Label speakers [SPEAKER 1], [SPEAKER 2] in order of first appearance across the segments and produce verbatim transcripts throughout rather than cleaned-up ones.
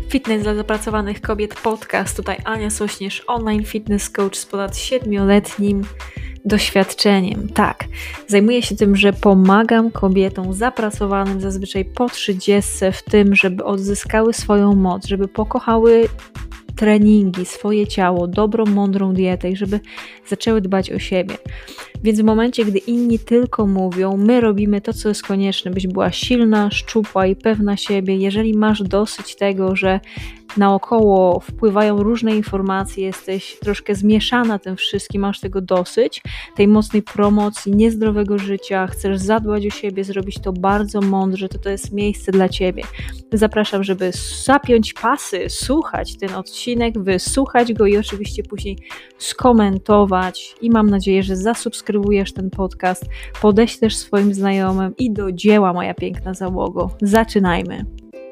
[SPEAKER 1] Fitness dla zapracowanych kobiet podcast. Tutaj Ania Sośnierz, online fitness coach z ponad siedmioletnim doświadczeniem. Tak, zajmuję się tym, że pomagam kobietom zapracowanym zazwyczaj po trzydziestce w tym, żeby odzyskały swoją moc, żeby pokochały treningi, swoje ciało, dobrą, mądrą dietę i żeby zaczęły dbać o siebie. Więc w momencie, gdy inni tylko mówią, my robimy to, co jest konieczne, byś była silna, szczupła i pewna siebie. Jeżeli masz dosyć tego, że naokoło wpływają różne informacje, jesteś troszkę zmieszana tym wszystkim, masz tego dosyć, tej mocnej promocji, niezdrowego życia, chcesz zadbać o siebie, zrobić to bardzo mądrze, to to jest miejsce dla Ciebie. Zapraszam, żeby zapiąć pasy, słuchać ten odcinek, wysłuchać go i oczywiście później skomentować i mam nadzieję, że zasubskrybujesz ten podcast, podeślesz swoim znajomym i do dzieła, moja piękna załogo. Zaczynajmy.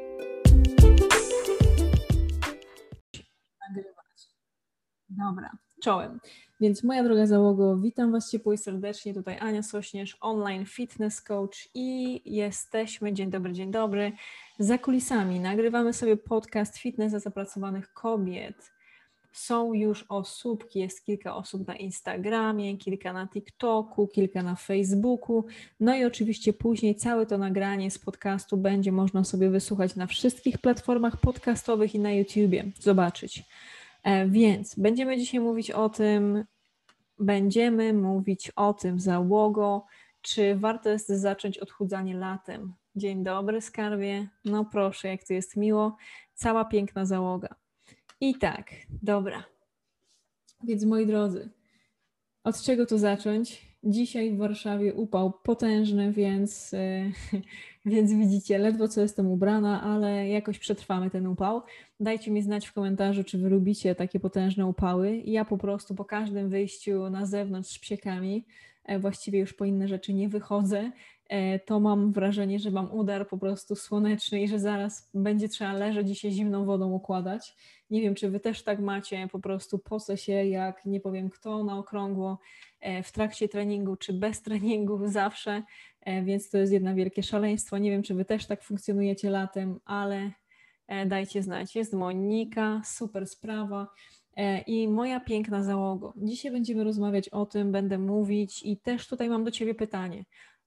[SPEAKER 1] Dobra, czołem. Więc moja droga załogo, witam Was ciepło i serdecznie. Tutaj Ania Sośnierz, online fitness coach i jesteśmy, dzień dobry, dzień dobry, za kulisami. Nagrywamy sobie podcast Fitness dla zapracowanych kobiet. Są już osóbki, jest kilka osób na Instagramie, kilka na TikToku, kilka na Facebooku. No i oczywiście później całe to nagranie z podcastu będzie można sobie wysłuchać na wszystkich platformach podcastowych i na YouTubie, zobaczyć. Więc będziemy dzisiaj mówić o tym, będziemy mówić o tym, załogo, czy warto jest zacząć odchudzanie latem. Dzień dobry, skarbie. No proszę, jak tu jest miło. Cała piękna załoga. I tak, dobra. Więc moi drodzy, od czego tu zacząć? Dzisiaj w Warszawie upał potężny, więc, yy, więc widzicie, ledwo co jestem ubrana, ale jakoś przetrwamy ten upał. Dajcie mi znać w komentarzu, czy wy lubicie takie potężne upały. Ja po prostu po każdym wyjściu na zewnątrz z psiekami, e, właściwie już po inne rzeczy nie wychodzę, e, to mam wrażenie, że mam udar po prostu słoneczny i że zaraz będzie trzeba leżeć i się zimną wodą układać. Nie wiem, czy wy też tak macie, po prostu pocę się jak nie powiem kto na okrągło w trakcie treningu, czy bez treningu zawsze, więc to jest jedno wielkie szaleństwo. Nie wiem, czy wy też tak funkcjonujecie latem, ale dajcie znać. Jest Monika, super sprawa i moja piękna załogo. Dzisiaj będziemy rozmawiać o tym, będę mówić i też tutaj mam do ciebie pytanie.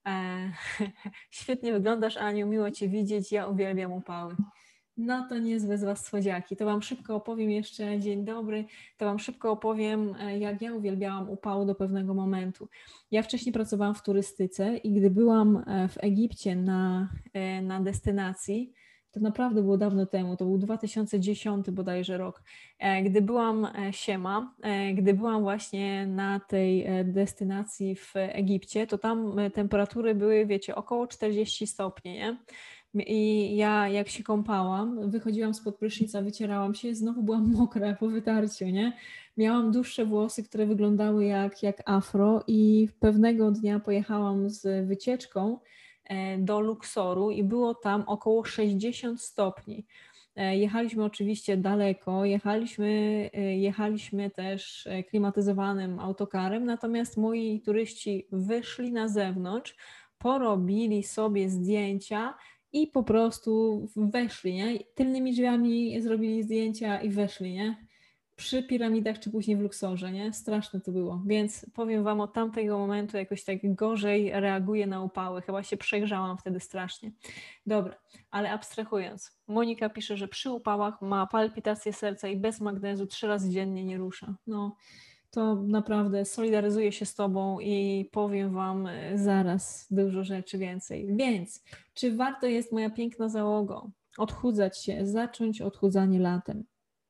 [SPEAKER 1] Świetnie wyglądasz, Aniu, miło cię widzieć, ja uwielbiam upały. No to niezłe z Was słodziaki. To Wam szybko opowiem jeszcze, dzień dobry, to Wam szybko opowiem, jak ja uwielbiałam upały do pewnego momentu. Ja wcześniej pracowałam w turystyce i gdy byłam w Egipcie na, na destynacji, to naprawdę było dawno temu, to był dwa tysiące dziesiąty bodajże rok, gdy byłam, siema, gdy byłam właśnie na tej destynacji w Egipcie, to tam temperatury były, wiecie, około czterdzieści stopni, nie? I ja jak się kąpałam, wychodziłam spod prysznica, wycierałam się, znowu byłam mokra po wytarciu, nie? Miałam dłuższe włosy, które wyglądały jak, jak afro i pewnego dnia pojechałam z wycieczką do Luksoru i było tam około sześćdziesiąt stopni. Jechaliśmy oczywiście daleko, jechaliśmy, jechaliśmy też klimatyzowanym autokarem, natomiast moi turyści wyszli na zewnątrz, porobili sobie zdjęcia i po prostu weszli, nie? Tylnymi drzwiami zrobili zdjęcia i weszli, nie? Przy piramidach czy później w Luksorze, nie? Straszne to było. Więc powiem Wam, od tamtego momentu jakoś tak gorzej reaguję na upały. Chyba się przegrzałam wtedy strasznie. Dobra, ale abstrahując. Monika pisze, że przy upałach ma palpitację serca i bez magnezu trzy razy dziennie nie rusza. No, to naprawdę solidaryzuję się z Tobą i powiem Wam zaraz dużo rzeczy więcej. Więc, czy warto jest, moja piękna załogo, odchudzać się, zacząć odchudzanie latem?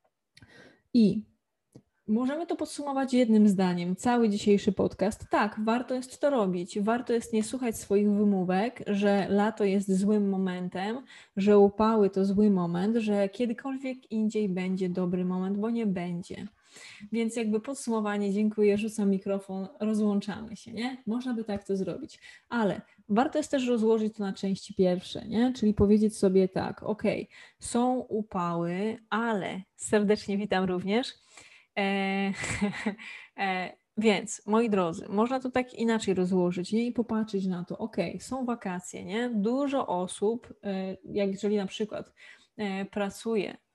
[SPEAKER 1] I możemy to podsumować jednym zdaniem, cały dzisiejszy podcast. Tak, warto jest to robić, warto jest nie słuchać swoich wymówek, że lato jest złym momentem, że upały to zły moment, że kiedykolwiek indziej będzie dobry moment, bo nie będzie. Więc jakby podsumowanie, dziękuję, rzucam mikrofon, rozłączamy się, nie? Można by tak to zrobić, ale warto jest też rozłożyć to na części pierwsze, nie? Czyli powiedzieć sobie tak, ok, są upały, ale serdecznie witam również, e, e, więc moi drodzy, można to tak inaczej rozłożyć, nie? I popatrzeć na to, ok, są wakacje, nie? Dużo osób, e, jak jeżeli na przykład e, pracuje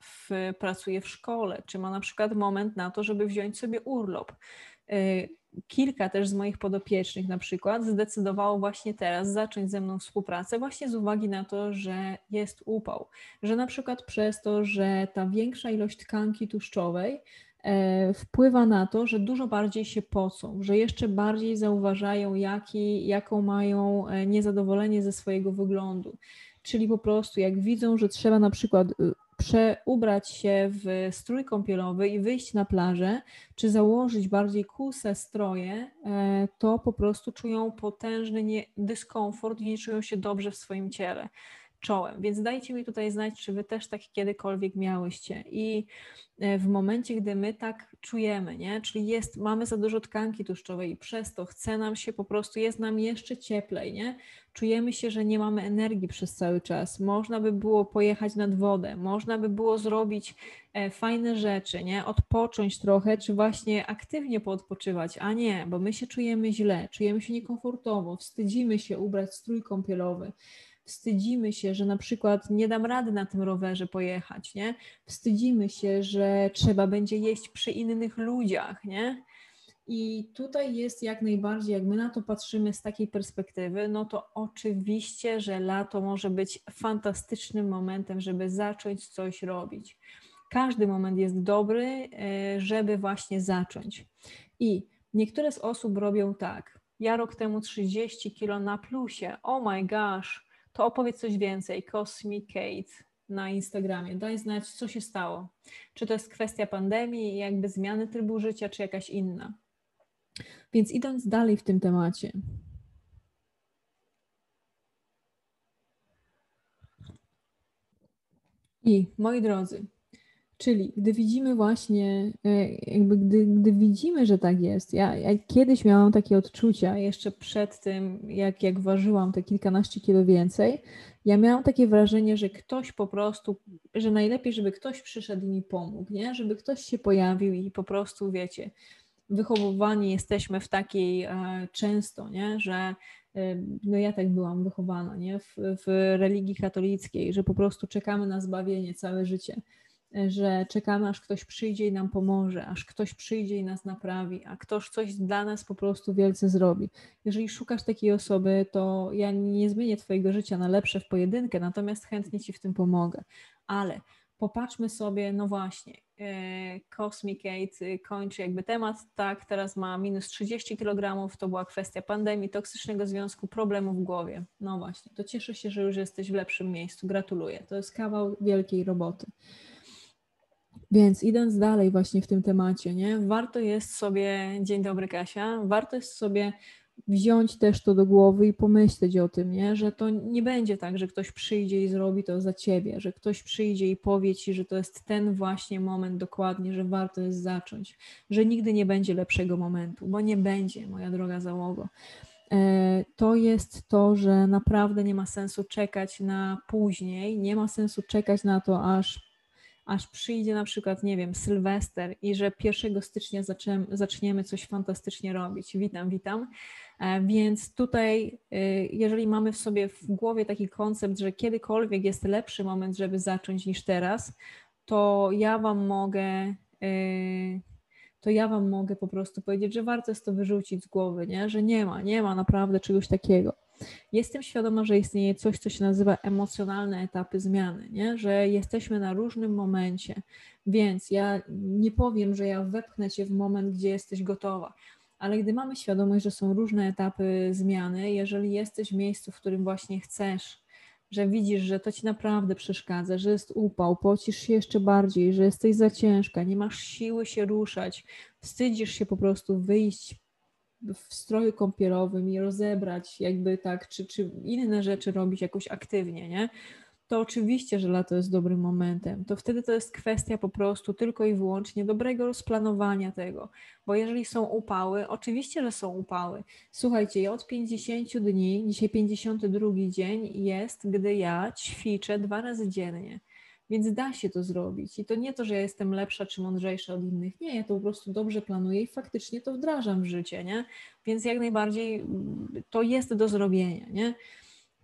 [SPEAKER 1] w, pracuje w szkole, czy ma na przykład moment na to, żeby wziąć sobie urlop. Kilka też z moich podopiecznych na przykład zdecydowało właśnie teraz zacząć ze mną współpracę właśnie z uwagi na to, że jest upał, że na przykład przez to, że ta większa ilość tkanki tłuszczowej e, wpływa na to, że dużo bardziej się pocą, że jeszcze bardziej zauważają, jaki, jaką mają niezadowolenie ze swojego wyglądu. Czyli po prostu jak widzą, że trzeba na przykład przeubrać się w strój kąpielowy i wyjść na plażę, czy założyć bardziej kuse stroje, to po prostu czują potężny nie, dyskomfort i nie czują się dobrze w swoim ciele, czołem. Więc dajcie mi tutaj znać, czy wy też tak kiedykolwiek miałyście. I w momencie, gdy my tak czujemy, nie? Czyli jest, mamy za dużo tkanki tłuszczowej i przez to chce nam się po prostu, jest nam jeszcze cieplej, nie? Czujemy się, że nie mamy energii przez cały czas. Można by było pojechać nad wodę, można by było zrobić fajne rzeczy, nie? Odpocząć trochę, czy właśnie aktywnie poodpoczywać, a nie, bo my się czujemy źle, czujemy się niekomfortowo, wstydzimy się ubrać strój kąpielowy. Wstydzimy się, że na przykład nie dam rady na tym rowerze pojechać, nie? Wstydzimy się, że trzeba będzie jeść przy innych ludziach, nie? I tutaj jest jak najbardziej, jak my na to patrzymy z takiej perspektywy, no to oczywiście, że lato może być fantastycznym momentem, żeby zacząć coś robić. Każdy moment jest dobry, żeby właśnie zacząć. I niektóre z osób robią tak. Ja rok temu trzydzieści kilo na plusie. Oh my gosh. To opowiedz coś więcej. Cosmicate na Instagramie. Daj znać, co się stało. Czy to jest kwestia pandemii, jakby zmiany trybu życia, czy jakaś inna. Więc idąc dalej w tym temacie. I moi drodzy, czyli gdy widzimy właśnie, jakby gdy, gdy widzimy, że tak jest, ja, ja kiedyś miałam takie odczucia, jeszcze przed tym, jak, jak ważyłam te kilkanaście kilo więcej, ja miałam takie wrażenie, że ktoś po prostu, że najlepiej, żeby ktoś przyszedł i mi pomógł, nie? Żeby ktoś się pojawił i po prostu, wiecie, wychowywani jesteśmy w takiej e, często, nie? Że e, no ja tak byłam wychowana, nie? W, w religii katolickiej, że po prostu czekamy na zbawienie całe życie, że czekamy, aż ktoś przyjdzie i nam pomoże, aż ktoś przyjdzie i nas naprawi, a ktoś coś dla nas po prostu wielce zrobi. Jeżeli szukasz takiej osoby, to ja nie zmienię twojego życia na lepsze w pojedynkę, natomiast chętnie ci w tym pomogę. Ale popatrzmy sobie, no właśnie, Cosmicate kończy jakby temat, tak, teraz ma minus trzydzieści kilogramów, to była kwestia pandemii, toksycznego związku, problemu w głowie. No właśnie, to cieszę się, że już jesteś w lepszym miejscu, gratuluję, to jest kawał wielkiej roboty. Więc idąc dalej właśnie w tym temacie, nie, warto jest sobie, dzień dobry Kasia, warto jest sobie wziąć też to do głowy i pomyśleć o tym, nie? Że to nie będzie tak, że ktoś przyjdzie i zrobi to za ciebie, że ktoś przyjdzie i powie ci, że to jest ten właśnie moment dokładnie, że warto jest zacząć, że nigdy nie będzie lepszego momentu, bo nie będzie, moja droga załogo. To jest to, że naprawdę nie ma sensu czekać na później, nie ma sensu czekać na to, aż aż przyjdzie na przykład, nie wiem, Sylwester i że pierwszego stycznia zaczniemy, zaczniemy coś fantastycznie robić. Witam, witam. Więc tutaj, jeżeli mamy w sobie w głowie taki koncept, że kiedykolwiek jest lepszy moment, żeby zacząć niż teraz, to ja Wam mogę, to ja Wam mogę po prostu powiedzieć, że warto jest to wyrzucić z głowy, nie? Że nie ma, nie ma naprawdę czegoś takiego. Jestem świadoma, że istnieje coś, co się nazywa emocjonalne etapy zmiany, nie? Że jesteśmy na różnym momencie, więc ja nie powiem, że ja wepchnę Cię w moment, gdzie jesteś gotowa, ale gdy mamy świadomość, że są różne etapy zmiany, jeżeli jesteś w miejscu, w którym właśnie chcesz, że widzisz, że to Ci naprawdę przeszkadza, że jest upał, pocisz się jeszcze bardziej, że jesteś za ciężka, nie masz siły się ruszać, wstydzisz się po prostu wyjść w stroju kąpielowym i rozebrać jakby tak, czy, czy inne rzeczy robić jakoś aktywnie, nie? To oczywiście, że lato jest dobrym momentem. To wtedy to jest kwestia po prostu tylko i wyłącznie dobrego rozplanowania tego, bo jeżeli są upały, oczywiście, że są upały. Słuchajcie, ja od pięćdziesięciu dni, dzisiaj pięćdziesiąty drugi dzień jest, gdy ja ćwiczę dwa razy dziennie. Więc da się to zrobić. I to nie to, że ja jestem lepsza czy mądrzejsza od innych. Nie, ja to po prostu dobrze planuję i faktycznie to wdrażam w życie, nie? Więc jak najbardziej to jest do zrobienia, nie?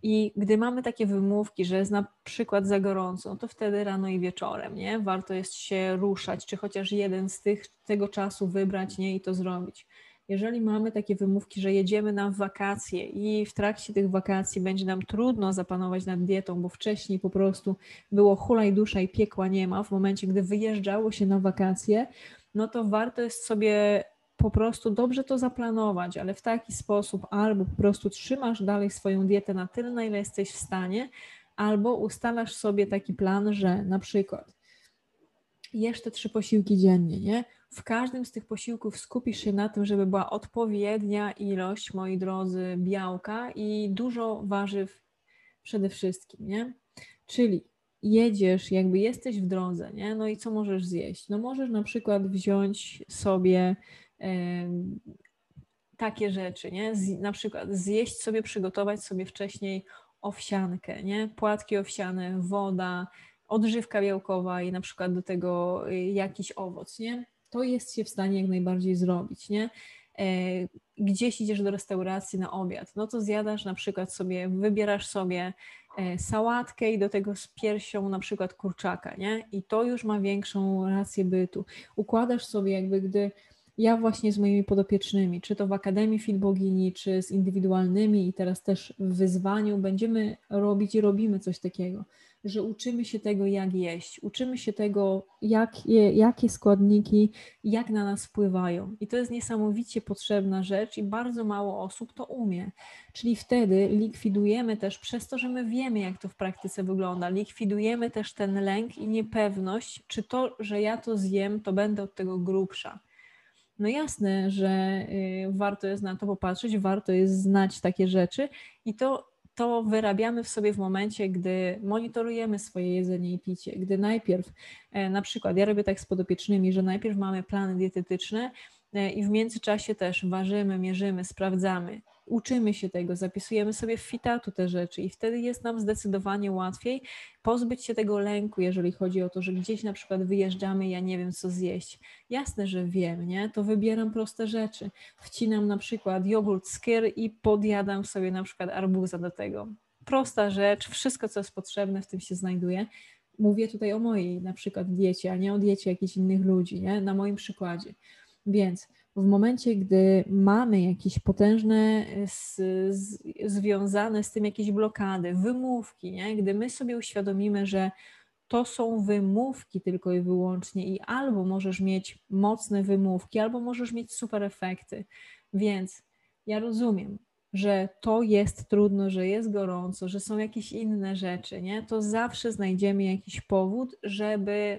[SPEAKER 1] I gdy mamy takie wymówki, że jest na przykład za gorąco, to wtedy rano i wieczorem, nie? Warto jest się ruszać, czy chociaż jeden z tych, tego czasu wybrać, nie? I to zrobić. Jeżeli mamy takie wymówki, że jedziemy na wakacje i w trakcie tych wakacji będzie nam trudno zapanować nad dietą, bo wcześniej po prostu było hulaj dusza i piekła nie ma, w momencie, gdy wyjeżdżało się na wakacje, no to warto jest sobie po prostu dobrze to zaplanować, ale w taki sposób albo po prostu trzymasz dalej swoją dietę na tyle, na ile jesteś w stanie, albo ustalasz sobie taki plan, że na przykład jesz te trzy posiłki dziennie, nie? W każdym z tych posiłków skupisz się na tym, żeby była odpowiednia ilość, moi drodzy, białka i dużo warzyw przede wszystkim, nie? Czyli jedziesz, jakby jesteś w drodze, nie? No i co możesz zjeść? No możesz na przykład wziąć sobie em, takie rzeczy, nie? Z, na przykład zjeść sobie, przygotować sobie wcześniej owsiankę, nie? Płatki owsiane, woda, odżywka białkowa i na przykład do tego y, jakiś owoc, nie? To jest się w stanie jak najbardziej zrobić, nie? E, gdzieś idziesz do restauracji na obiad, no to zjadasz na przykład sobie, wybierasz sobie e, sałatkę i do tego z piersią na przykład kurczaka, nie? I to już ma większą rację bytu. Układasz sobie jakby, gdy ja właśnie z moimi podopiecznymi, czy to w Akademii Fit Bogini, czy z indywidualnymi i teraz też w wyzwaniu będziemy robić i robimy coś takiego, że uczymy się tego, jak jeść, uczymy się tego, jak je, jakie składniki, jak na nas wpływają. I to jest niesamowicie potrzebna rzecz i bardzo mało osób to umie. Czyli wtedy likwidujemy też, przez to, że my wiemy, jak to w praktyce wygląda, likwidujemy też ten lęk i niepewność, czy to, że ja to zjem, to będę od tego grubsza. No jasne, że y, warto jest na to popatrzeć, warto jest znać takie rzeczy i to, to wyrabiamy w sobie w momencie, gdy monitorujemy swoje jedzenie i picie, gdy najpierw, e, na przykład ja robię tak z podopiecznymi, że najpierw mamy plany dietetyczne e, i w międzyczasie też ważymy, mierzymy, sprawdzamy, uczymy się tego, zapisujemy sobie w Fitatu te rzeczy i wtedy jest nam zdecydowanie łatwiej pozbyć się tego lęku, jeżeli chodzi o to, że gdzieś na przykład wyjeżdżamy i ja nie wiem, co zjeść. Jasne, że wiem, nie? To wybieram proste rzeczy. Wcinam na przykład jogurt skyr i podjadam sobie na przykład arbuza do tego. Prosta rzecz, wszystko, co jest potrzebne, w tym się znajduje. Mówię tutaj o mojej na przykład diecie, a nie o diecie jakichś innych ludzi, nie? Na moim przykładzie. Więc w momencie, gdy mamy jakieś potężne, z, z, związane z tym jakieś blokady, wymówki, nie? Gdy my sobie uświadomimy, że to są wymówki tylko i wyłącznie i albo możesz mieć mocne wymówki, albo możesz mieć super efekty. Więc ja rozumiem, że to jest trudno, że jest gorąco, że są jakieś inne rzeczy, nie? To zawsze znajdziemy jakiś powód, żeby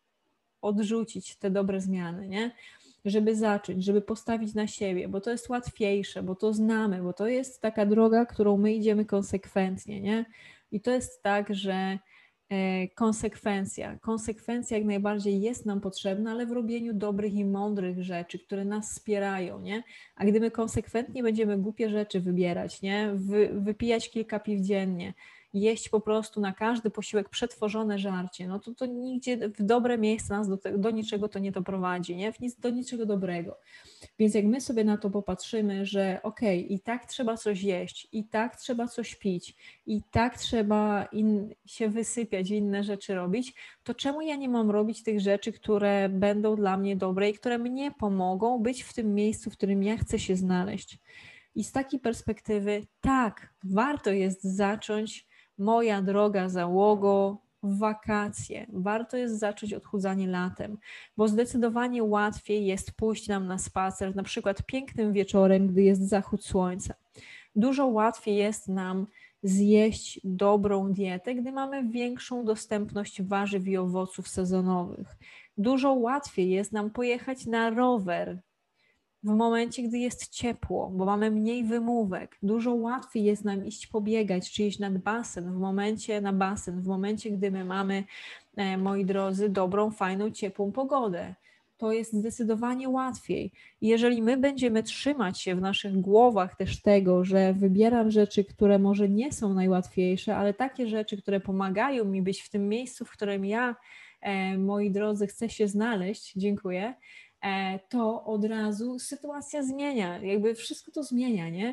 [SPEAKER 1] odrzucić te dobre zmiany, nie? Żeby zacząć, żeby postawić na siebie, bo to jest łatwiejsze, bo to znamy, bo to jest taka droga, którą my idziemy konsekwentnie, nie? I to jest tak, że e, konsekwencja, konsekwencja jak najbardziej jest nam potrzebna, ale w robieniu dobrych i mądrych rzeczy, które nas wspierają, nie? A gdy my konsekwentnie będziemy głupie rzeczy wybierać, nie? Wy, wypijać kilka piw dziennie, jeść po prostu na każdy posiłek przetworzone żarcie, no to to nigdzie w dobre miejsce nas do, te, do niczego to nie doprowadzi, nie? W nic, do niczego dobrego. Więc jak my sobie na to popatrzymy, że okej, okay, i tak trzeba coś jeść, i tak trzeba coś pić, i tak trzeba in, się wysypiać, inne rzeczy robić, to czemu ja nie mam robić tych rzeczy, które będą dla mnie dobre i które mnie pomogą być w tym miejscu, w którym ja chcę się znaleźć? I z takiej perspektywy, tak, warto jest zacząć, moja droga załogo, wakacje. Warto jest zacząć odchudzanie latem, bo zdecydowanie łatwiej jest pójść nam na spacer, na przykład pięknym wieczorem, gdy jest zachód słońca. Dużo łatwiej jest nam zjeść dobrą dietę, gdy mamy większą dostępność warzyw i owoców sezonowych. Dużo łatwiej jest nam pojechać na rower w momencie, gdy jest ciepło, bo mamy mniej wymówek. Dużo łatwiej jest nam iść pobiegać, czy iść nad basen, w momencie na basen, w momencie, gdy my mamy, e, moi drodzy, dobrą, fajną, ciepłą pogodę. To jest zdecydowanie łatwiej. I jeżeli my będziemy trzymać się w naszych głowach też tego, że wybieram rzeczy, które może nie są najłatwiejsze, ale takie rzeczy, które pomagają mi być w tym miejscu, w którym ja, e, moi drodzy, chcę się znaleźć, dziękuję, to od razu sytuacja zmienia, jakby wszystko to zmienia, nie?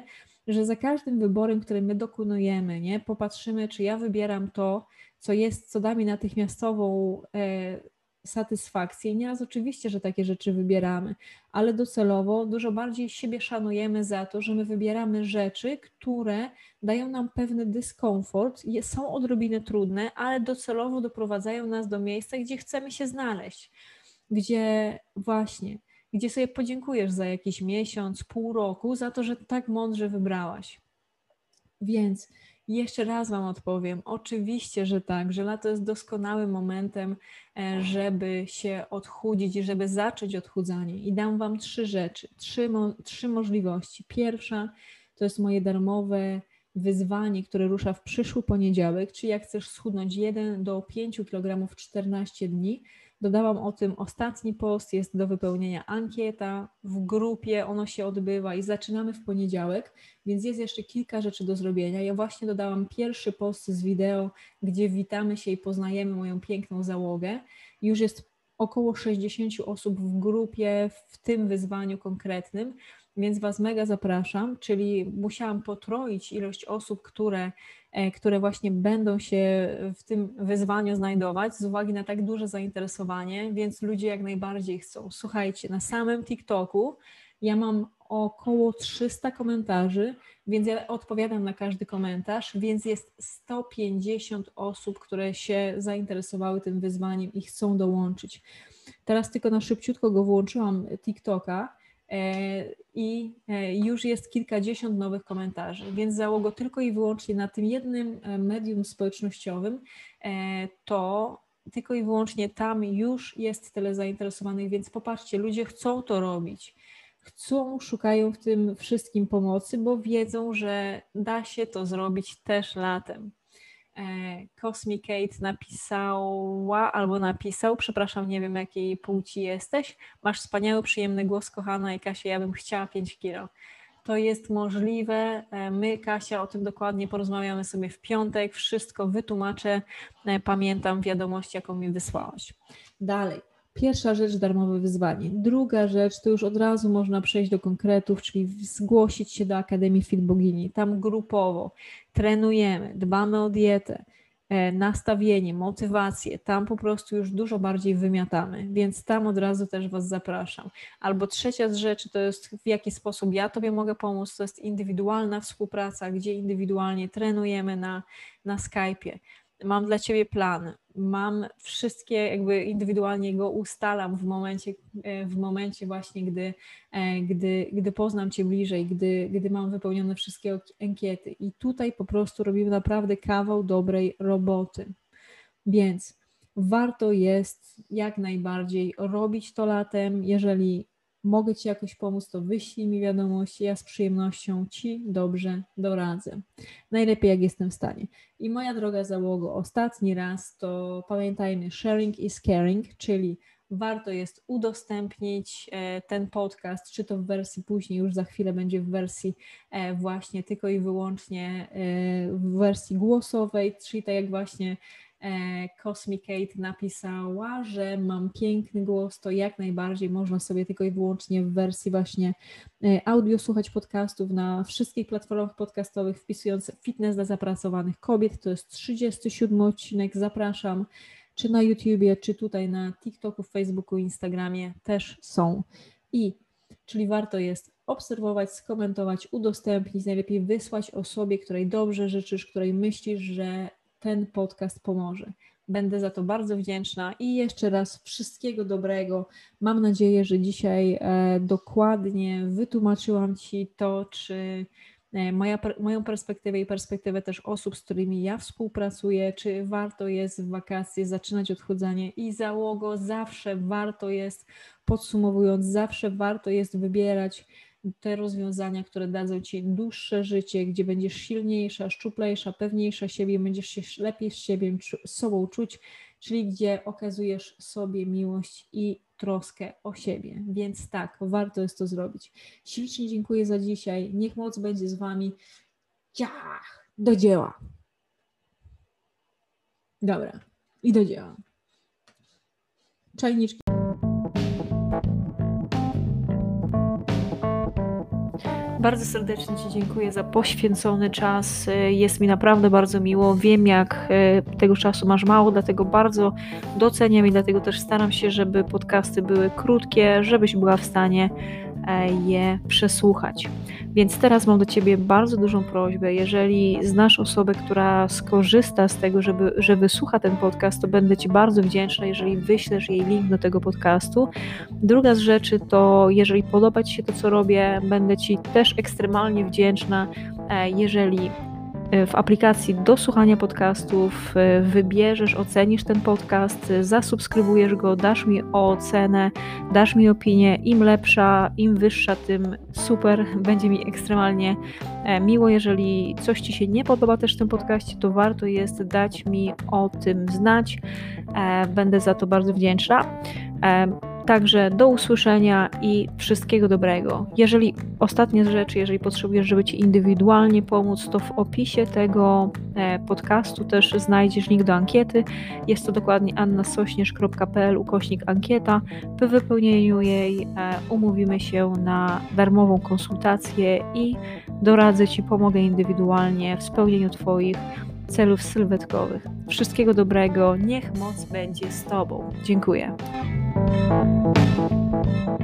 [SPEAKER 1] że za każdym wyborem, który my dokonujemy, nie, popatrzymy, czy ja wybieram to, co jest, co da mi natychmiastową e, satysfakcję. Nieraz oczywiście, że takie rzeczy wybieramy, ale docelowo dużo bardziej siebie szanujemy za to, że my wybieramy rzeczy, które dają nam pewny dyskomfort, są odrobinę trudne, ale docelowo doprowadzają nas do miejsca, gdzie chcemy się znaleźć, gdzie właśnie, gdzie sobie podziękujesz za jakiś miesiąc, pół roku za to, że tak mądrze wybrałaś. Więc jeszcze raz Wam odpowiem. Oczywiście, że tak, że lato jest doskonałym momentem, żeby się odchudzić i żeby zacząć odchudzanie. I dam Wam trzy rzeczy, trzy, mo- trzy możliwości. Pierwsza to jest moje darmowe wyzwanie, które rusza w przyszły poniedziałek, czyli jak chcesz schudnąć jeden do pięciu kilogramów w czternaście dni. Dodałam o tym ostatni post, jest do wypełnienia ankieta w grupie, ono się odbywa i zaczynamy w poniedziałek, więc jest jeszcze kilka rzeczy do zrobienia. Ja właśnie dodałam pierwszy post z wideo, gdzie witamy się i poznajemy moją piękną załogę. Już jest około sześćdziesiąt osób w grupie w tym wyzwaniu konkretnym, więc Was mega zapraszam, czyli musiałam potroić ilość osób, które, które właśnie będą się w tym wyzwaniu znajdować z uwagi na tak duże zainteresowanie, więc ludzie jak najbardziej chcą. Słuchajcie, na samym TikToku ja mam około trzysta komentarzy, więc ja odpowiadam na każdy komentarz, więc jest sto pięćdziesiąt osób, które się zainteresowały tym wyzwaniem i chcą dołączyć. Teraz tylko na szybciutko go włączyłam TikToka i już jest kilkadziesiąt nowych komentarzy, więc załogo tylko i wyłącznie na tym jednym medium społecznościowym, to tylko i wyłącznie tam już jest tyle zainteresowanych, więc popatrzcie, ludzie chcą to robić. Chcą, szukają w tym wszystkim pomocy, bo wiedzą, że da się to zrobić też latem. Cosmicate napisała albo napisał, przepraszam, nie wiem jakiej płci jesteś, masz wspaniały, przyjemny głos, kochana, i Kasia, ja bym chciała pięć kilo. To jest możliwe, my, Kasia, o tym dokładnie porozmawiamy sobie w piątek, wszystko wytłumaczę, pamiętam wiadomość, jaką mi wysłałaś. Dalej. Pierwsza rzecz, darmowe wyzwanie. Druga rzecz, to już od razu można przejść do konkretów, czyli zgłosić się do Akademii Fit Bogini. Tam grupowo trenujemy, dbamy o dietę, nastawienie, motywację. Tam po prostu już dużo bardziej wymiatamy, więc tam od razu też Was zapraszam. Albo trzecia z rzeczy to jest, w jaki sposób ja Tobie mogę pomóc, to jest indywidualna współpraca, gdzie indywidualnie trenujemy na, na Skype'ie. Mam dla Ciebie plan, mam wszystkie, jakby indywidualnie go ustalam w momencie, w momencie właśnie, gdy, gdy, gdy poznam Cię bliżej, gdy, gdy mam wypełnione wszystkie ankiety. I tutaj po prostu robimy naprawdę kawał dobrej roboty. Więc warto jest jak najbardziej robić to latem. Jeżeli mogę Ci jakoś pomóc, to wyślij mi wiadomość, ja z przyjemnością Ci dobrze doradzę. Najlepiej jak jestem w stanie. I moja droga załogo, ostatni raz to pamiętajmy, sharing is caring, czyli warto jest udostępnić ten podcast, czy to w wersji później, już za chwilę będzie w wersji właśnie tylko i wyłącznie w wersji głosowej, czyli tak jak właśnie Cosmicate napisała, że mam piękny głos, to jak najbardziej można sobie tylko i wyłącznie w wersji właśnie audio słuchać podcastów na wszystkich platformach podcastowych, wpisując fitness dla zapracowanych kobiet. To jest trzydziesty siódmy odcinek, zapraszam, czy na YouTubie, czy tutaj na TikToku, Facebooku, Instagramie też są. I czyli warto jest obserwować, skomentować, udostępnić, najlepiej wysłać osobie, której dobrze życzysz, której myślisz, że ten podcast pomoże. Będę za to bardzo wdzięczna i jeszcze raz wszystkiego dobrego. Mam nadzieję, że dzisiaj e, dokładnie wytłumaczyłam Ci to, czy e, moja, moją perspektywę i perspektywę też osób, z którymi ja współpracuję, czy warto jest w wakacje zaczynać odchudzanie i załogo zawsze warto jest, podsumowując, zawsze warto jest wybierać te rozwiązania, które dadzą Ci dłuższe życie, gdzie będziesz silniejsza, szczuplejsza, pewniejsza siebie, będziesz się lepiej z siebie, z sobą czuć, czyli gdzie okazujesz sobie miłość i troskę o siebie. Więc tak, warto jest to zrobić. Ślicznie dziękuję za dzisiaj. Niech moc będzie z Wami. Ciach! Do dzieła. Dobra. I do dzieła. Czajniczki. Bardzo serdecznie Ci dziękuję za poświęcony czas. Jest mi naprawdę bardzo miło. Wiem, jak tego czasu masz mało, dlatego bardzo doceniam i dlatego też staram się, żeby podcasty były krótkie, żebyś była w stanie je przesłuchać. Więc teraz mam do Ciebie bardzo dużą prośbę. Jeżeli znasz osobę, która skorzysta z tego, żeby, że wysłucha ten podcast, to będę Ci bardzo wdzięczna, jeżeli wyślesz jej link do tego podcastu. Druga z rzeczy to, jeżeli podoba Ci się to, co robię, będę Ci też ekstremalnie wdzięczna, jeżeli w aplikacji do słuchania podcastów wybierzesz, ocenisz ten podcast, zasubskrybujesz go, dasz mi ocenę, dasz mi opinię. Im lepsza, im wyższa, tym super. Będzie mi ekstremalnie miło. Jeżeli coś Ci się nie podoba też w tym podcaście, to warto jest dać mi o tym znać. Będę za to bardzo wdzięczna. Także do usłyszenia i wszystkiego dobrego. Jeżeli ostatnia rzecz, jeżeli potrzebujesz, żeby Ci indywidualnie pomóc, to w opisie tego podcastu też znajdziesz link do ankiety. Jest to dokładnie annasośnierz kropka p l ukośnik ankieta. Po wypełnieniu jej umówimy się na darmową konsultację i doradzę Ci, pomogę indywidualnie w spełnieniu Twoich celów sylwetkowych. Wszystkiego dobrego, niech moc będzie z Tobą. Dziękuję. Thank you.